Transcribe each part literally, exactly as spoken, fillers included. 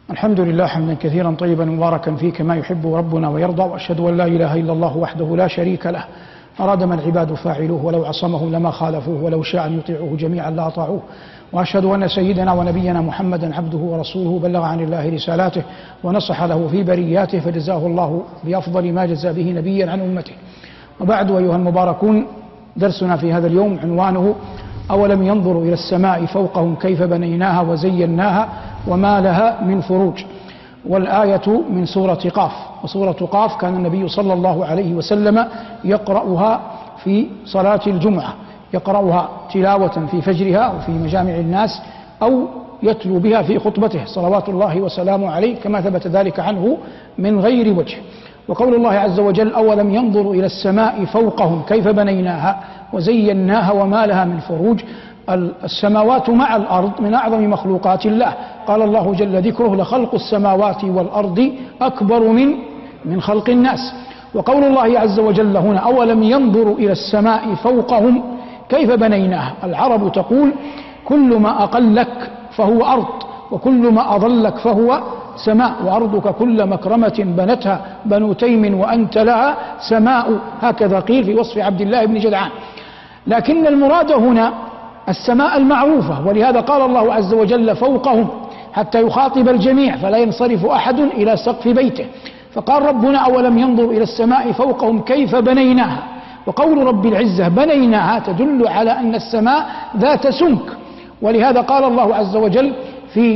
الحمد لله حمدا كثيرا طيبا مباركا فيه كما يحب ربنا ويرضى، وأشهد أن لا إله إلا الله وحده لا شريك له أراد ما العباد فاعلوه، ولو عصمهم لما خالفوه، ولو شاء أن يطيعوه جميعا لأطاعوه. وأشهد أن سيدنا ونبينا محمدا عبده ورسوله بلغ عن الله رسالاته ونصح له في برياته، فجزاه الله بأفضل ما جزى به نبيا عن أمته. وبعد، أيها المباركون، درسنا في هذا اليوم عنوانه أولم ينظروا إلى السماء فوقهم كيف بنيناها وزيناها وما لها من فروج. والآية من سورة قاف، وسورة قاف كان النبي صلى الله عليه وسلم يقرأها في صلاة الجمعة، يقرأها تلاوة في فجرها وفي مجامع الناس، أو يتلو بها في خطبته صلوات الله وسلامه عليه، كما ثبت ذلك عنه من غير وجه. وقول الله عز وجل أولم ينظروا إلى السماء فوقهم كيف بنيناها وزيناها وما لها من فروج. السماوات مع الأرض من أعظم مخلوقات الله، قال الله جل ذكره لخلق السماوات والأرض أكبر من من خلق الناس. وقول الله عز وجل هنا أولم ينظروا إلى السماء فوقهم كيف بنيناها. العرب تقول كل ما أقلك فهو أرض، وكل ما أضلك فهو سماء، وأرضك كل مكرمة بنتها بنو تيم وأنت لها سماء، هكذا قيل في وصف عبد الله بن جدعان. لكن المراد هنا السماء المعروفة، ولهذا قال الله عز وجل فوقهم حتى يخاطب الجميع فلا ينصرف أحد إلى سقف بيته. فقال ربنا أولم ينظر إلى السماء فوقهم كيف بنيناها. وقول رب العزة بنيناها تدل على أن السماء ذات سمك، ولهذا قال الله عز وجل في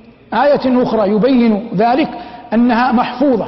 آية أخرى يبين ذلك أنها محفوظة،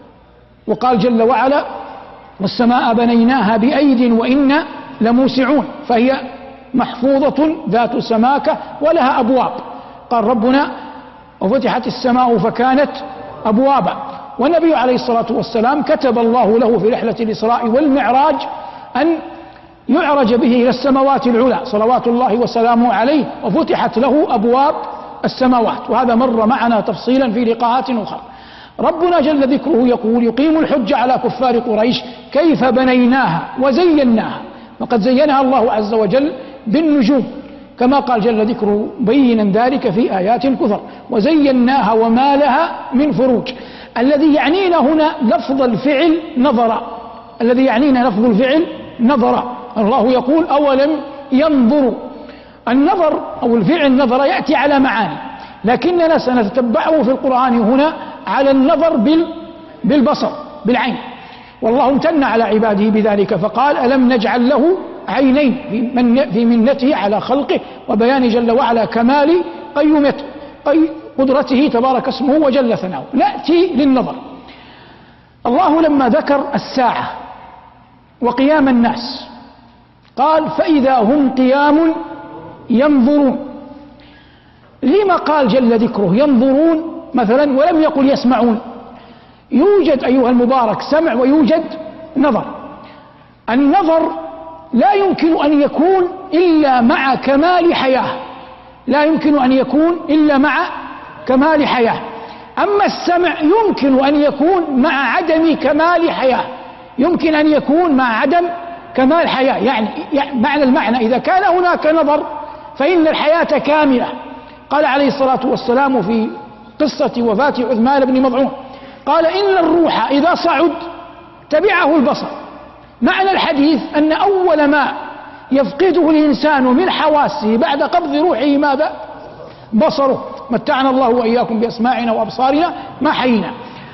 وقال جل وعلا والسماء بنيناها بأيد وإنا لموسعون، فهي محفوظة ذات سماكة ولها أبواب. قال ربنا وفتحت السماء فكانت أبوابا. والنبي عليه الصلاة والسلام كتب الله له في رحلة الإسراء والمعراج أن يعرج به إلى السماوات العلى صلوات الله وسلامه عليه، وفتحت له أبواب السماوات، وهذا مر معنا تفصيلا في لقاءات أخرى. ربنا جل ذكره يقول يقيم الحج على كفار قريش كيف بنيناها وزيناها، وقد زينها الله عز وجل بالنجوم كما قال جل ذكره بينا ذلك في آيات كثر. وزيناها وما لها من فروج. الذي يعنينا هنا لفظ الفعل نظر، الذي يعنينا لفظ الفعل نظر. الله يقول أولم ينظروا. النظر أو الفعل نظر يأتي على معاني، لكننا سنتتبعه في القرآن هنا على النظر بالبصر بالعين. والله امتن على عباده بذلك فقال ألم نجعل له عينين في منته على خلقه وبيان جل وعلا كمال قيومته قدرته تبارك اسمه وجل ثناؤه. نأتي للنظر. الله لما ذكر الساعة وقيام الناس قال فإذا هم قيام ينظرون. لما قال جل ذكره ينظرون مثلا ولم يقل يسمعون؟ يوجد أيها المبارك سمع ويوجد نظر. النظر لا يمكن أن يكون إلا مع كمال حياة، لا يمكن أن يكون إلا مع كمال حياة. أما السمع يمكن أن يكون مع عدم كمال حياة، يمكن أن يكون مع عدم كمال حياة. يعني, يعني معنى المعنى إذا كان هناك نظر فإن الحياة كاملة. قال عليه الصلاة والسلام في قصة وفاة عثمان بن مظعون قال إن الروح إذا صعد تبعه البصر. معنى الحديث أن أول ما يفقده الإنسان من حواسه بعد قبض روحه ماذا؟ بصره. متعنا الله وإياكم بأسماعنا وأبصارنا ما حيينا.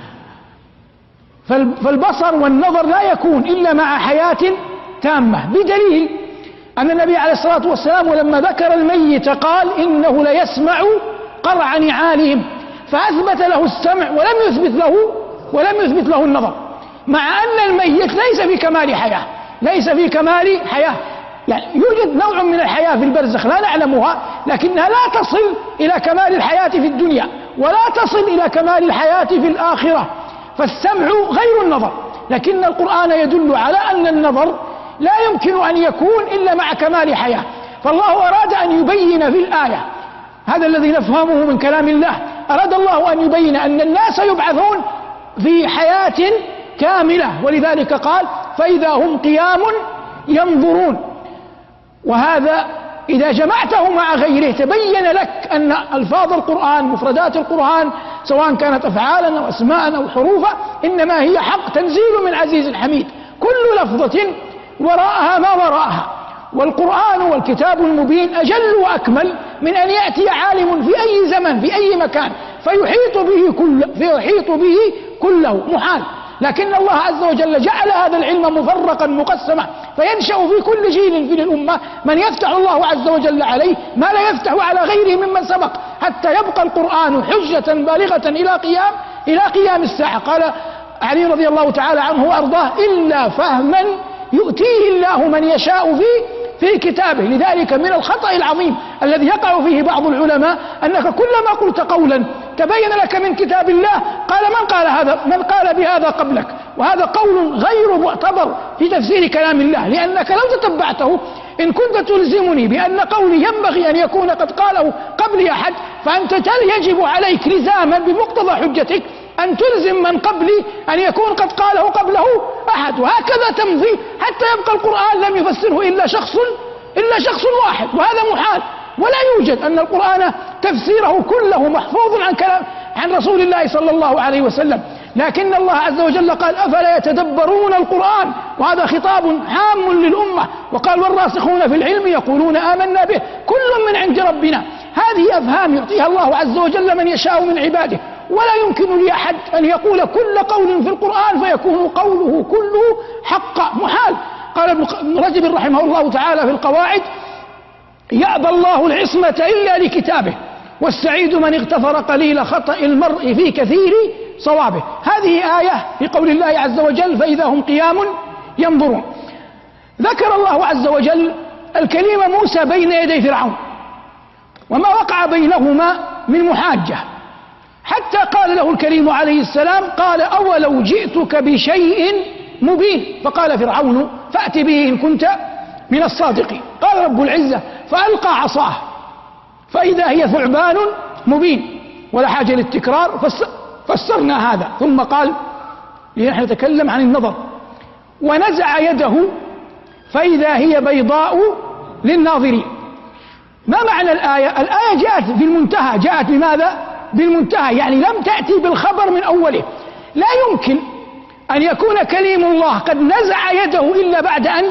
فالبصر والنظر لا يكون إلا مع حياة تامة، بدليل أن النبي عليه الصلاة والسلام لما ذكر الميت قال إنه ليسمع قرع نعالهم، فأثبت له السمع ولم يثبت له ولم يثبت له النظر، مع أن الميت ليس في كمال حياة، ليس في كمال حياة. يعني يوجد نوع من الحياة في البرزخ لا نعلمها، لكنها لا تصل إلى كمال الحياة في الدنيا ولا تصل إلى كمال الحياة في الآخرة. فالسمع غير النظر، لكن القرآن يدل على أن النظر لا يمكن أن يكون إلا مع كمال حياة. فالله أراد أن يبين في الآية هذا الذي نفهمه من كلام الله، أراد الله أن يبين أن الناس يبعثون في حياة كاملة، ولذلك قال فإذا هم قيام ينظرون. وهذا إذا جمعته مع غيره تبين لك أن ألفاظ القرآن، مفردات القرآن، سواء كانت أفعالا أو أسماء أو حروفا، إنما هي حق تنزيل من عزيز حميد، كل لفظة وراءها ما وراءها. والقرآن والكتاب المبين أجل وأكمل من أن يأتي عالم في أي زمن في أي مكان فيحيط به كل فيحيط به كله، محال. لكن الله عز وجل جعل هذا العلم مفرقا مقسما، فينشأ في كل جيل في الأمة من يفتح الله عز وجل عليه ما لا يفتح على غيره ممن سبق، حتى يبقى القرآن حجة بالغة إلى قيام إلى قيام الساعة. قال علي رضي الله تعالى عنه وأرضاه: إلا فهما يؤتيه الله من يشاء فيه في كتابه. لذلك من الخطأ العظيم الذي يقع فيه بعض العلماء أنك كلما قلت قولا تبين لك من كتاب الله قال من قال هذا من قال بهذا قبلك، وهذا قول غير معتبر في تفسير كلام الله، لأنك لو تتبعته إن كنت تلزمني بأن قولي ينبغي أن يكون قد قاله قبلي أحد، فأنت يجب عليك لزاما بمقتضى حجتك أن تلزم من قبلي أن يكون قد قاله قبله أحد، وهكذا تمضي حتى يبقى القرآن لم يفسره إلا شخص إلا شخص واحد، وهذا محال. ولا يوجد أن القرآن تفسيره كله محفوظ عن كلام عن رسول الله صلى الله عليه وسلم، لكن الله عز وجل قال: أفلا يتدبرون القرآن، وهذا خطاب عام للأمة. وقال: والراسخون في العلم يقولون آمنا به كل من عند ربنا. هذه أفهام يعطيها الله عز وجل من يشاء من عباده، ولا يمكن لأحد أن يقول كل قول في القرآن فيكون قوله كله حقا، محال. قال ابن رجب رحمه الله تعالى في القواعد: يأبى الله العصمة إلا لكتابه، والسعيد من اغتفر قليل خطأ المرء في كثير صوابه. هذه آية في قول الله عز وجل: فإذا هم قيام ينظرون. ذكر الله عز وجل الكليم موسى بين يدي فرعون وما وقع بينهما من محاجة، حتى قال له الكريم عليه السلام: قال: أولو جئتك بشيء مبين. فقال فرعون: فأت به إن كنت من الصادقين. قال رب العزة: فألقى عصاه فإذا هي ثعبان مبين. ولا حاجة للتكرار، فسرنا هذا. ثم قال: نحن نتكلم عن النظر: ونزع يده فإذا هي بيضاء للناظرين. ما معنى الآية؟ الآية جاءت في المنتهى. جاءت بماذا؟ بالمنتهى، يعني لم تأتي بالخبر من أوله. لا يمكن أن يكون كليم الله قد نزع يده إلا بعد أن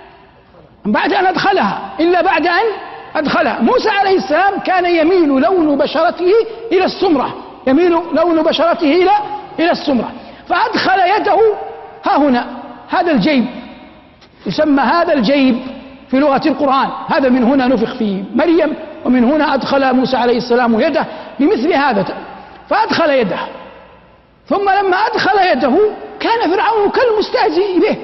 بعد أن أدخلها إلا بعد أن أدخلها. موسى عليه السلام كان يميل لون بشرته إلى السمرة، يميل لون بشرته إلى إلى السمرة، فأدخل يده ها هنا. هذا الجيب يسمى هذا الجيب في لغة القرآن. هذا من هنا نفخ فيه مريم، ومن هنا أدخل موسى عليه السلام يده بمثل هذا، فأدخل يده. ثم لما أدخل يده كان فرعون كالمستهزئ به.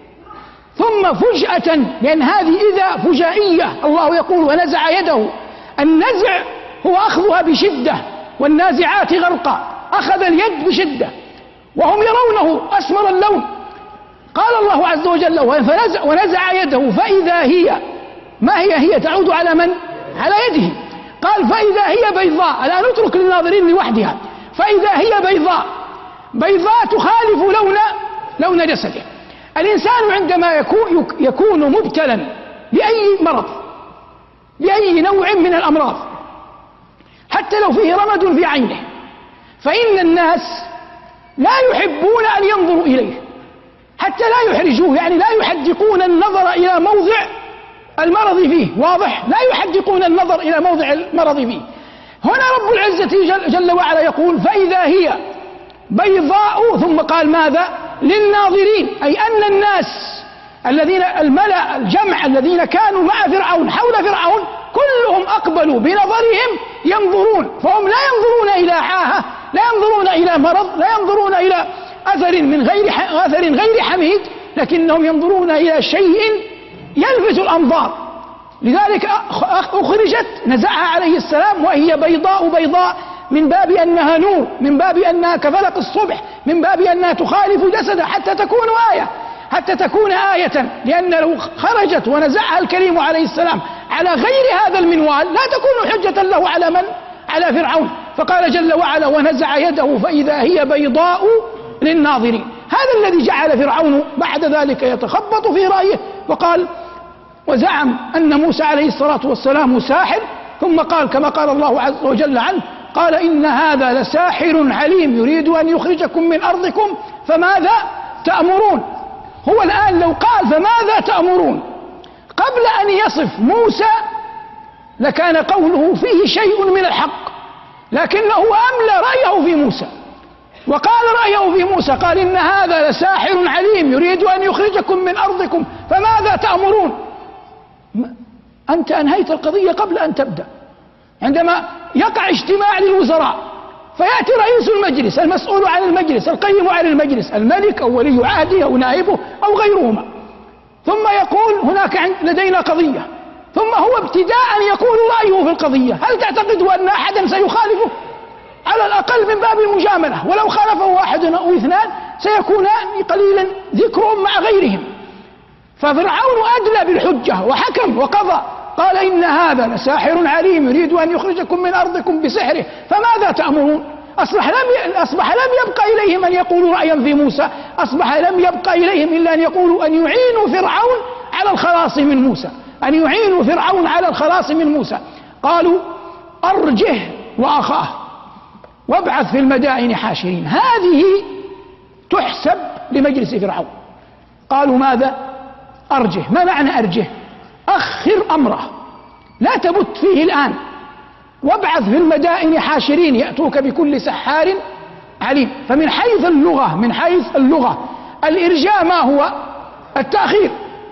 ثم فجأة، لأن هذه إذا فجائية، الله يقول: ونزع يده. النزع هو أخذها بشدة، والنازعات غرقا. أخذ اليد بشدة وهم يرونه أسمر اللون. قال الله عز وجل: ونزع يده فإذا هي، ما هي هي تعود على من؟ على يده. قال: فإذا هي بيضاء. لا نترك للناظرين لوحدها. فإذا هي بيضاء، بيضاء تخالف لون لون جسده. الإنسان عندما يكون, يكون مبتلا بأي مرض، بأي نوع من الأمراض، حتى لو فيه رمد في عينه، فإن الناس لا يحبون أن ينظروا إليه حتى لا يحرجوه، يعني لا يحدقون النظر إلى موضع المرض فيه. واضح؟ لا يحدقون النظر إلى موضع المرض فيه. هنا رب العزة جل, جل وعلا يقول: فإذا هي بيضاء. ثم قال ماذا؟ للناظرين، أي أن الناس الذين الملأ الجمع الذين كانوا مع فرعون حول فرعون كلهم أقبلوا بنظرهم ينظرون، فهم لا ينظرون إلى عاهة، لا ينظرون إلى مرض، لا ينظرون إلى أثر من غير أثر غير حميد، لكنهم ينظرون إلى شيء يلفت الأنظار. لذلك أخرجت، نزعها عليه السلام وهي بيضاء بيضاء، من باب أنها نور، من باب أنها كفلق الصبح، من باب أنها تخالف جسده حتى تكون آية، حتى تكون آية. لأن لو خرجت ونزعها الكريم عليه السلام على غير هذا المنوال لا تكون حجة له على من؟ على فرعون. فقال جل وعلا: ونزع يده فإذا هي بيضاء للناظرين. هذا الذي جعل فرعون بعد ذلك يتخبط في رأيه، وقال: وزعم أن موسى عليه الصلاة والسلام ساحر، ثم قال كما قال الله عز وجل عنه: قال إن هذا لساحر عليم يريد أن يخرجكم من أرضكم فماذا تأمرون. هو الآن لو قال فماذا تأمرون قبل أن يصف موسى لكان قوله فيه شيء من الحق، لكنه أملى رأيه في موسى وقال رأيه في موسى، قال إن هذا لساحر عليم يريد أن يخرجكم من أرضكم فماذا تأمرون. أنت أنهيت القضية قبل أن تبدأ. عندما يقع اجتماع للوزراء فيأتي رئيس المجلس المسؤول عن المجلس القيم عن المجلس، الملك أو ولي عهده أو نائبه أو غيرهما، ثم يقول هناك لدينا قضية، ثم هو ابتداء يقول رأيه في القضية. هل تعتقد أن أحدا سيخالفه؟ على الأقل من باب المجاملة، ولو خالفه واحد أو اثنان سيكونان قليلا ذكرهم مع غيرهم. ففرعون أدلى بالحجة وحكم وقضى، قال إن هذا لساحر عليم يريد أن يخرجكم من أرضكم بسحره فماذا تأمرون. أصبح لم أصبح لم يبقى إليهم أن يقولوا رأيا في موسى، أصبح لم يبقى إليهم إلا أن يقولوا أن يعينوا فرعون على الخلاص من موسى، أن يعينوا فرعون على الخلاص من موسى. قالوا أرجه وأخاه وابعث في المدائن حاشرين. هذه تحسب لمجلس فرعون. قالوا ماذا؟ أرجه. ما معنى أرجه؟ أخر أمره، لا تبت فيه الآن، وابعث في المدائن حاشرين يأتوك بكل سحار عليم. فمن حيث اللغة من حيث اللغة الإرجاء ما هو؟ التأخير.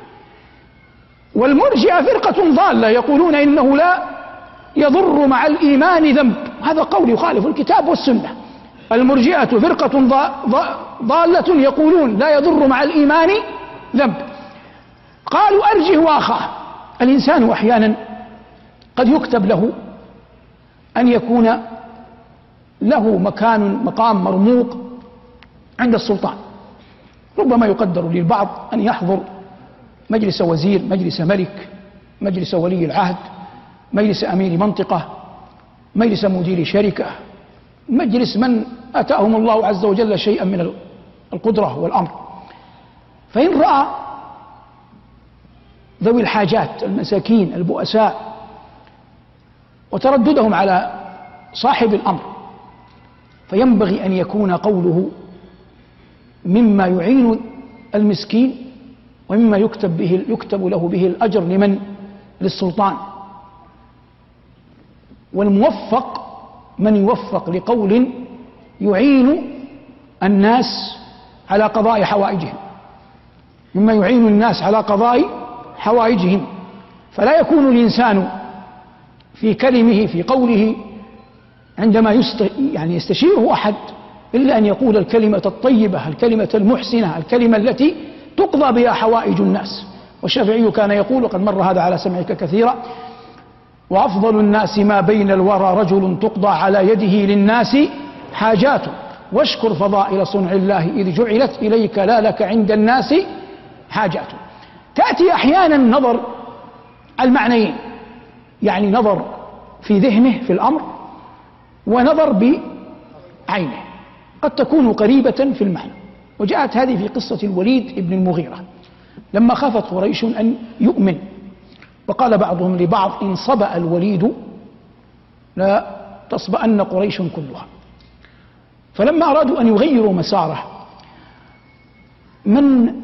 والمرجئة فرقة ضالة يقولون إنه لا يضر مع الإيمان ذنب، هذا قول يخالف الكتاب والسنة. المرجئة فرقة ضالة يقولون لا يضر مع الإيمان ذنب. قالوا أرجه وأخاه. الإنسان أحيانا قد يكتب له أن يكون له مكان مقام مرموق عند السلطان، ربما يقدر للبعض أن يحضر مجلس وزير، مجلس ملك، مجلس ولي العهد، مجلس أمير منطقة، مجلس مدير شركة، مجلس من أتاهم الله عز وجل شيئا من القدرة والأمر. فإن رأى ذوي الحاجات المساكين البؤساء وترددهم على صاحب الأمر، فينبغي أن يكون قوله مما يعين المسكين ومما يكتب به يكتب له به الأجر لمن؟ للسلطان. والموفق من يوفق لقول يعين الناس على قضاء حوائجهم، مما يعين الناس على قضاء حوائجهم. فلا يكون الإنسان في كلمه في قوله عندما يست يعني يستشيره أحد إلا أن يقول الكلمة الطيبة، الكلمة المحسنة، الكلمة التي تقضى بها حوائج الناس. والشافعي كان يقول، وقد مر هذا على سمعك كثيرا: وأفضل الناس ما بين الورى رجل تقضى على يده للناس حاجات، واشكر فضائل صنع الله إذ جعلت إليك لا لك عند الناس حاجات. تأتي أحيانا نظر المعنيين، يعني نظر في ذهنه في الأمر ونظر بعينه، قد تكون قريبة في المعنى. وجاءت هذه في قصة الوليد ابن المغيرة لما خافت قريش أن يؤمن، وقال بعضهم لبعض: إن صبأ الوليد لا تصبأن قريش كلها. فلما أرادوا أن يغيروا مساره، من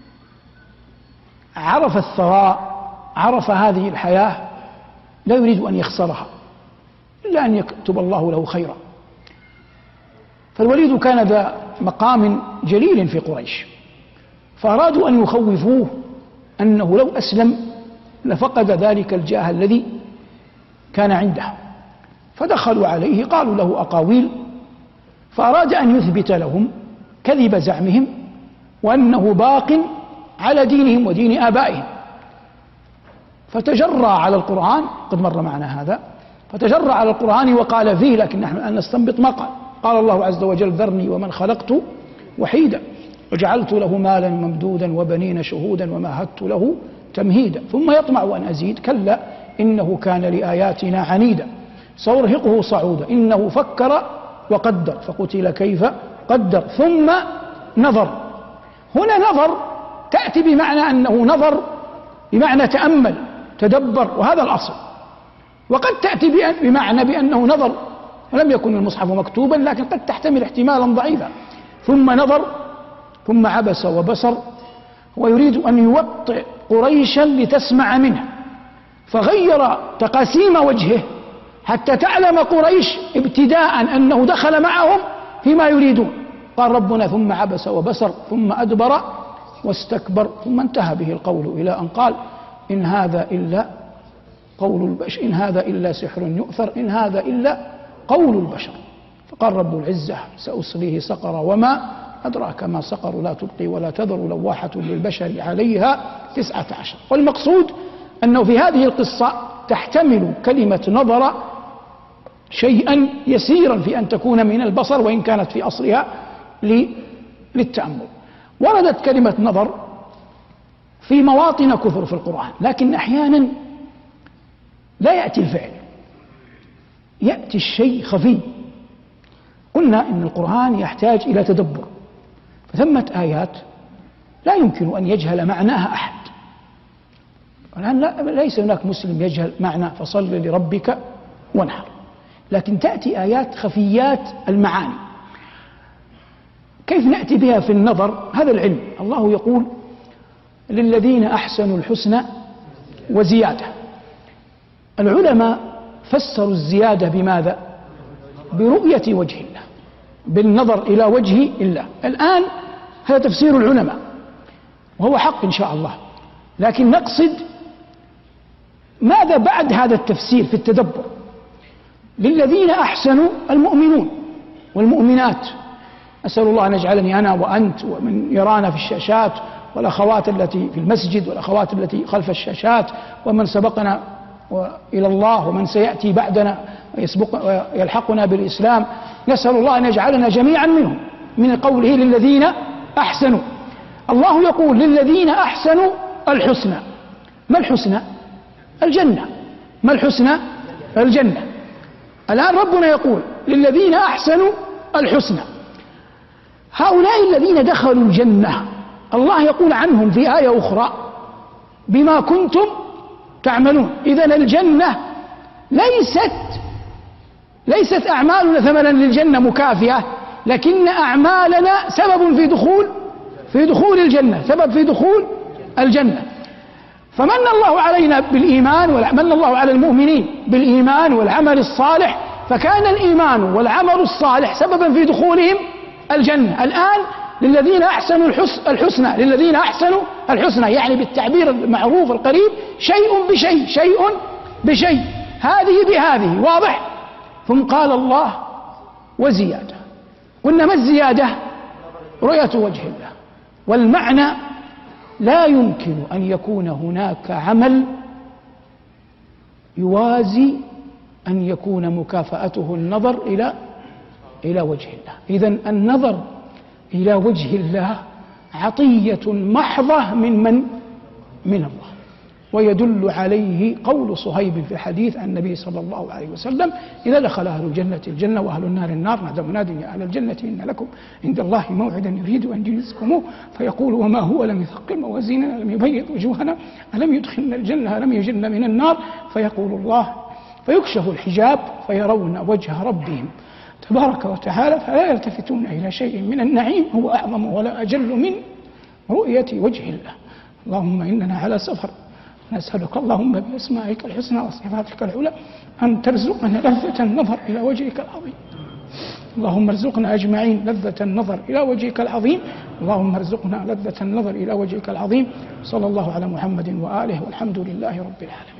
عرف الثراء عرف هذه الحياة لا يريد أن يخسرها إلا أن يكتب الله له خيرا. فالوليد كان ذا مقام جليل في قريش، فأرادوا أن يخوفوه أنه لو أسلم لفقد ذلك الجاه الذي كان عنده، فدخلوا عليه قالوا له أقاويل، فأراد أن يثبت لهم كذب زعمهم وأنه باق على دينهم ودين آبائهم، فتجرى على القرآن، قد مر معنا هذا، فتجرى على القرآن وقال فيه، لكن نحن الآن نستنبط ما قال. قال الله عز وجل: ذرني ومن خلقت وحيدا وجعلت له مالا ممدودا وبنين شهودا ومهدت له تمهيدا ثم يطمع أن أزيد كلا إنه كان لآياتنا عنيدا سأرهقه صعودا إنه فكر وقدر فقتل كيف قدر ثم نظر. هنا نظر تأتي بمعنى أنه نظر بمعنى تأمل تدبر، وهذا الأصل. وقد تأتي بمعنى بأنه نظر ولم يكن المصحف مكتوبا، لكن قد تحتمل احتمالا ضعيفا. ثم نظر ثم عبس وبصر، ويريد أن يوطئ قريشا لتسمع منه، فغير تقاسيم وجهه حتى تعلم قريش ابتداء أنه دخل معهم فيما يريدون. قال ربنا ثم عبس وبصر ثم أدبر واستكبر، ثم انتهى به القول إلى أن قال إن هذا إلا قول البشر، إن هذا إلا سحر يؤثر، إن هذا إلا قول البشر. فقال رب العزة سأصليه سقر وما أدراك ما سقر لا تبقي ولا تذر لواحة للبشر عليها تسعة عشر. والمقصود أنه في هذه القصة تحتمل كلمة نظر شيئا يسيرا في أن تكون من البصر، وإن كانت في أصلها للتأمل. وردت كلمة نظر في مواطن كثر في القرآن، لكن أحيانا لا يأتي الفعل، يأتي الشيء خفي. قلنا إن القرآن يحتاج إلى تدبر، فثمة آيات لا يمكن أن يجهل معناها أحد. الآن لا ليس هناك مسلم يجهل معنى فصل لربك وانحر، لكن تأتي آيات خفيات المعاني. كيف نأتي بها في النظر؟ هذا العلم. الله يقول للذين أحسنوا الحسنى وزيادة. العلماء فسروا الزيادة بماذا؟ برؤية وجه الله، بالنظر إلى وجه الله. الآن هذا تفسير العلماء وهو حق إن شاء الله، لكن نقصد ماذا بعد هذا التفسير في التدبر. للذين أحسنوا المؤمنون والمؤمنات. أسأل الله أن يجعلني أنا وأنت ومن يرانا في الشاشات، والأخوات التي في المسجد والأخوات التي خلف الشاشات، ومن سبقنا إلى الله ومن سيأتي بعدنا ويسبق ويلحقنا بالإسلام، نسأل الله أن يجعلنا جميعا منهم، من قوله للذين أحسنوا. الله يقول للذين أحسنوا الحسنى. ما الحسنى؟ الجنة. ما الحسنى؟ الجنة. الآن ربنا يقول للذين أحسنوا الحسنى. هؤلاء الذين دخلوا الجنة الله يقول عنهم في آية أخرى بما كنتم تعملون. إذن الجنة ليست ليست أعمالنا ثمنا للجنة مكافئة، لكن أعمالنا سبب في دخول في دخول الجنة، سبب في دخول الجنة. فمن الله علينا بالإيمان، ومن الله على المؤمنين بالإيمان والعمل الصالح، فكان الإيمان والعمل الصالح سببا في دخولهم الجنة. الآن للذين أحسنوا الحسنى، للذين أحسنوا الحسنى يعني بالتعبير المعروف القريب شيء بشيء، شيء بشيء، هذه بهذه، واضح؟ ثم قال الله وزيادة. قلنا ما الزيادة؟ رؤية وجه الله. والمعنى لا يمكن أن يكون هناك عمل يوازي أن يكون مكافأته النظر إلى إلى وجه الله. إذن النظر إلى وجه الله عطية محضة من من؟ من الله. ويدل عليه قول صهيب في الحديث عن النبي صلى الله عليه وسلم إذا دخل أهل الجنة الجنة وأهل النار النار نادى مناد يا أهل الجنة إن لكم عند الله موعدا يريد أن يجزكموه فيقول وما هو لم يثقل موازيننا لم يبيض وجوهنا ألم يدخلنا الجنة ألم يجلنا من النار فيقول الله فيكشف الحجاب فيرون وجه ربهم تبارك وتعالى فلا يلتفتون إلى شيء من النعيم هو أعظم ولا أجل من رؤية وجه الله. اللهم إننا على سفر، نسألك اللهم بأسمائك الحسنى وصفاتك العلى أن ترزقنا لذة النظر إلى وجهك العظيم. اللهم ارزقنا أجمعين لذة النظر إلى وجهك العظيم. اللهم ارزقنا لذة النظر إلى وجهك العظيم. صلى الله على محمد وآله والحمد لله رب العالمين.